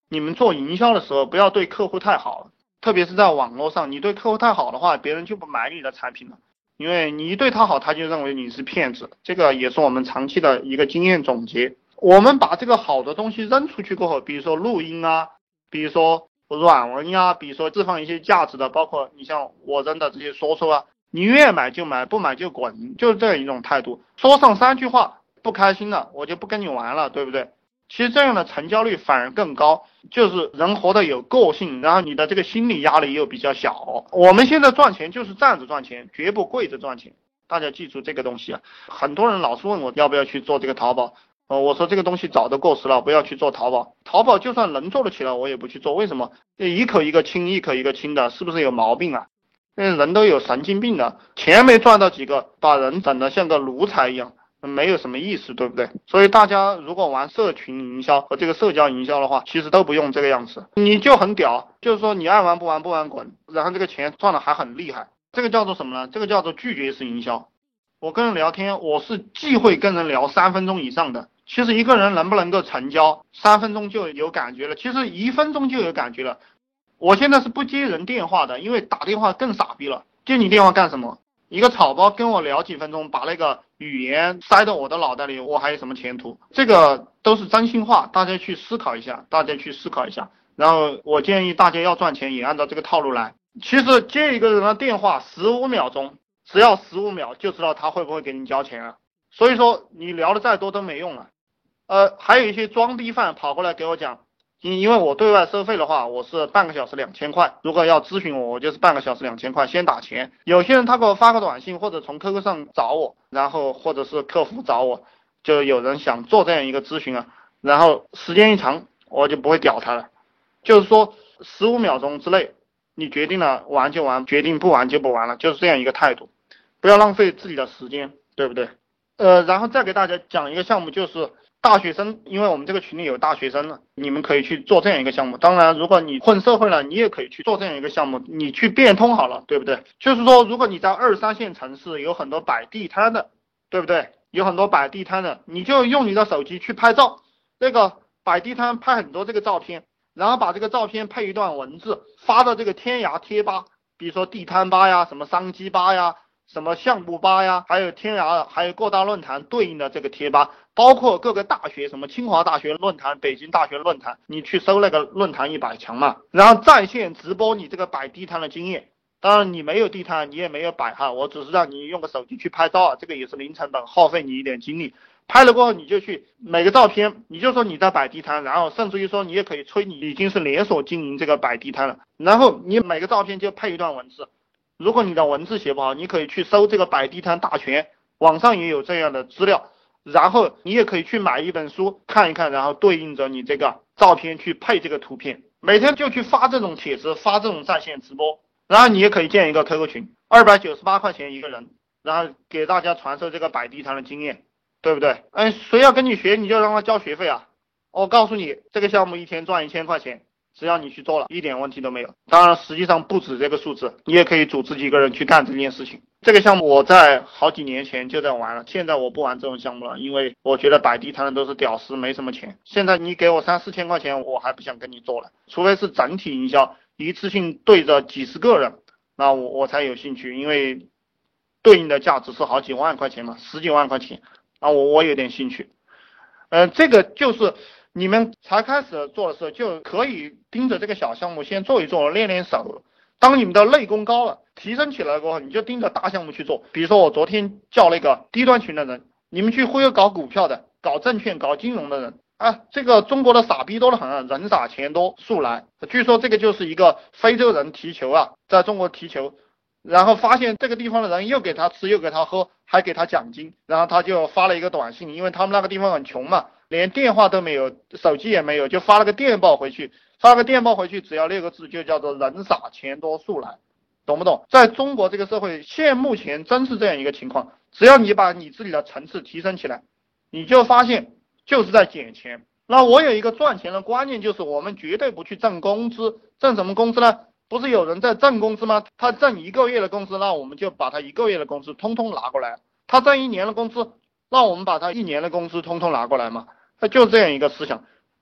你们做营销的时候不要对客户太好，特别是在网络上，你对客户太好的话，别人就不买你的产品了，因为你一对他好，他就认为你是骗子。这个也是我们长期的一个经验总结。我们把这个好的东西扔出去过后，比如说录音啊，比如说软文呀，比如说置放一些价值的，包括你像我扔的这些说说啊，你愿买就买，不买就滚，就是这样一种态度。说上3句话不开心了，我就不跟你玩了，对不对？其实这样的成交率反而更高，就是人活得有个性，然后你的这个心理压力又比较小。我们现在赚钱就是站着赚钱，绝不跪着赚钱，大家记住这个东西啊。很多人老是问我要不要去做这个淘宝，我说这个东西早都过时了，不要去做淘宝。淘宝就算能做得起来，我也不去做。为什么？一口一个亲，一口一个亲的，是不是有毛病啊？人都有神经病的，钱没赚到几个，把人整得像个奴才一样。没有什么意思，对不对？所以大家如果玩社群营销和这个社交营销的话，其实都不用这个样子，你就很屌，就是说你爱玩不玩不玩滚，然后这个钱赚的还很厉害。这个叫做什么呢？这个叫做拒绝式营销。我跟人聊天，我是忌讳跟人聊3分钟以上的。其实一个人能不能够成交，3分钟就有感觉了，其实1分钟就有感觉了。我现在是不接人电话的，因为打电话更傻逼了。接你电话干什么？一个草包跟我聊几分钟，把那个语言塞到我的脑袋里，我还有什么前途？这个都是真心话，大家去思考一下，然后我建议大家要赚钱也按照这个套路来。其实接一个人的电话15秒钟，只要15秒就知道他会不会给你交钱啊。所以说你聊的再多都没用了。还有一些装逼犯跑过来给我讲，因为我对外收费的话，我是半个小时2000块。如果要咨询我，我就是半个小时2000块，先打钱。有些人他给我发个短信，或者从 QQ 上找我，然后或者是客服找我，就有人想做这样一个咨询啊，然后时间一长，我就不会屌他了。就是说15秒钟之内，你决定了玩就玩，决定不玩就不玩了，就是这样一个态度，不要浪费自己的时间，对不对？然后再给大家讲一个项目，就是大学生，因为我们这个群里有大学生了，你们可以去做这样一个项目。当然，如果你混社会了，你也可以去做这样一个项目，你去变通好了，对不对？就是说，如果你在2、3线城市有很多摆地摊的，对不对？有很多摆地摊的，你就用你的手机去拍照，那个摆地摊拍很多这个照片，然后把这个照片配一段文字，发到这个天涯贴吧，比如说地摊吧呀，什么商机吧呀，什么项目吧呀，还有天涯，还有各大论坛对应的这个贴吧，包括各个大学，什么清华大学论坛、北京大学论坛，你去搜那个论坛100强嘛，然后在线直播你这个摆地摊的经验。当然你没有地摊，你也没有摆哈，我只是让你用个手机去拍照啊，这个也是零成本，耗费你一点精力。拍了过后，你就去每个照片，你就说你在摆地摊，然后甚至于说你也可以吹你已经是连锁经营这个摆地摊了，然后你每个照片就配一段文字。如果你的文字写不好，你可以去搜这个摆地摊大全，网上也有这样的资料，然后你也可以去买一本书看一看，然后对应着你这个照片去配这个图片，每天就去发这种帖子，发这种在线直播，然后你也可以建一个 QQ 群，298块钱一个人，然后给大家传授这个摆地摊的经验，对不对？谁要跟你学，你就让他交学费啊。我告诉你，这个项目一天赚1000块钱。只要你去做了，一点问题都没有。当然实际上不止这个数字，你也可以组织几个人去干这件事情。这个项目我在好几年前就在玩了，现在我不玩这种项目了，因为我觉得摆地摊的都是屌丝，没什么钱。现在你给我3、4千块钱，我还不想跟你做了，除非是整体营销，一次性对着几十个人，那我才有兴趣，因为对应的价值是好几万块钱嘛，10几万块钱，那我有点兴趣。这个就是你们才开始做的时候，就可以盯着这个小项目先做一做，练练手。当你们的内功高了，提升起来过后，你就盯着大项目去做。比如说我昨天叫那个低端群的人，你们去忽悠搞股票的、搞证券、搞金融的人啊，这个中国的傻逼多得很啊，人傻钱多速来。据说这个就是一个非洲人踢球啊，在中国踢球，然后发现这个地方的人又给他吃又给他喝，还给他奖金，然后他就发了一个短信，因为他们那个地方很穷嘛，连电话都没有，手机也没有，就发了个电报回去，只要6个字，就叫做人傻钱多速来，懂不懂？在中国这个社会，现目前真是这样一个情况，只要你把你自己的层次提升起来，你就发现就是在捡钱。那我有一个赚钱的观念，就是我们绝对不去挣工资。挣什么工资呢？不是有人在挣工资吗？他挣1个月的工资，那我们就把他1个月的工资通通拿过来。他挣1年的工资，那我们把他1年的工资通通拿过来嘛。他就这样一个思想。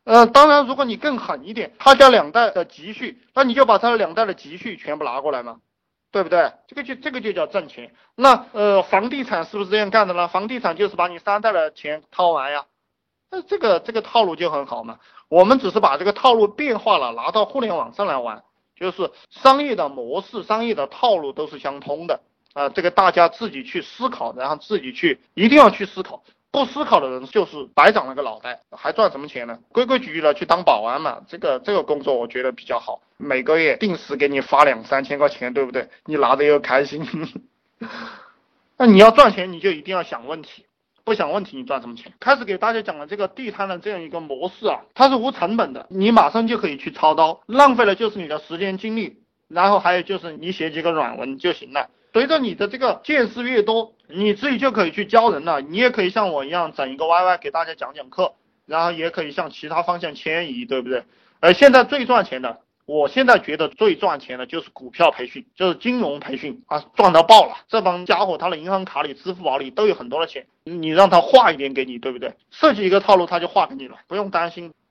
当然，如果你更狠一点，他家2代的积蓄，那你就把他的2代的积蓄全部拿过来嘛，对不对？这个就叫挣钱。那房地产是不是这样干的呢？房地产就是把你3代的钱掏完呀。那这个套路就很好嘛。我们只是把这个套路变化了，拿到互联网上来玩，就是商业的模式、商业的套路都是相通的这个大家自己去思考，然后自己去一定要去思考。不思考的人就是白长了个脑袋，还赚什么钱呢？规规矩矩的去当保安嘛，这个工作我觉得比较好，每个月定时给你发2、3千块钱，对不对？你拿着又开心。那你要赚钱，你就一定要想问题，不想问题你赚什么钱？开始给大家讲了这个地摊的这样一个模式它是无成本的，你马上就可以去操刀，浪费了就是你的时间精力，然后还有就是你写几个软文就行了。随着你的这个见识越多，你自己就可以去教人了。你也可以像我一样整一个 YY 给大家讲讲课，然后也可以向其他方向迁移，对不对？现在最赚钱的，我现在觉得最赚钱的就是股票培训，就是金融培训赚到爆了。这帮家伙他的银行卡里、支付宝里都有很多的钱，你让他画一点给你，对不对？设计一个套路他就画给你了，不用担心。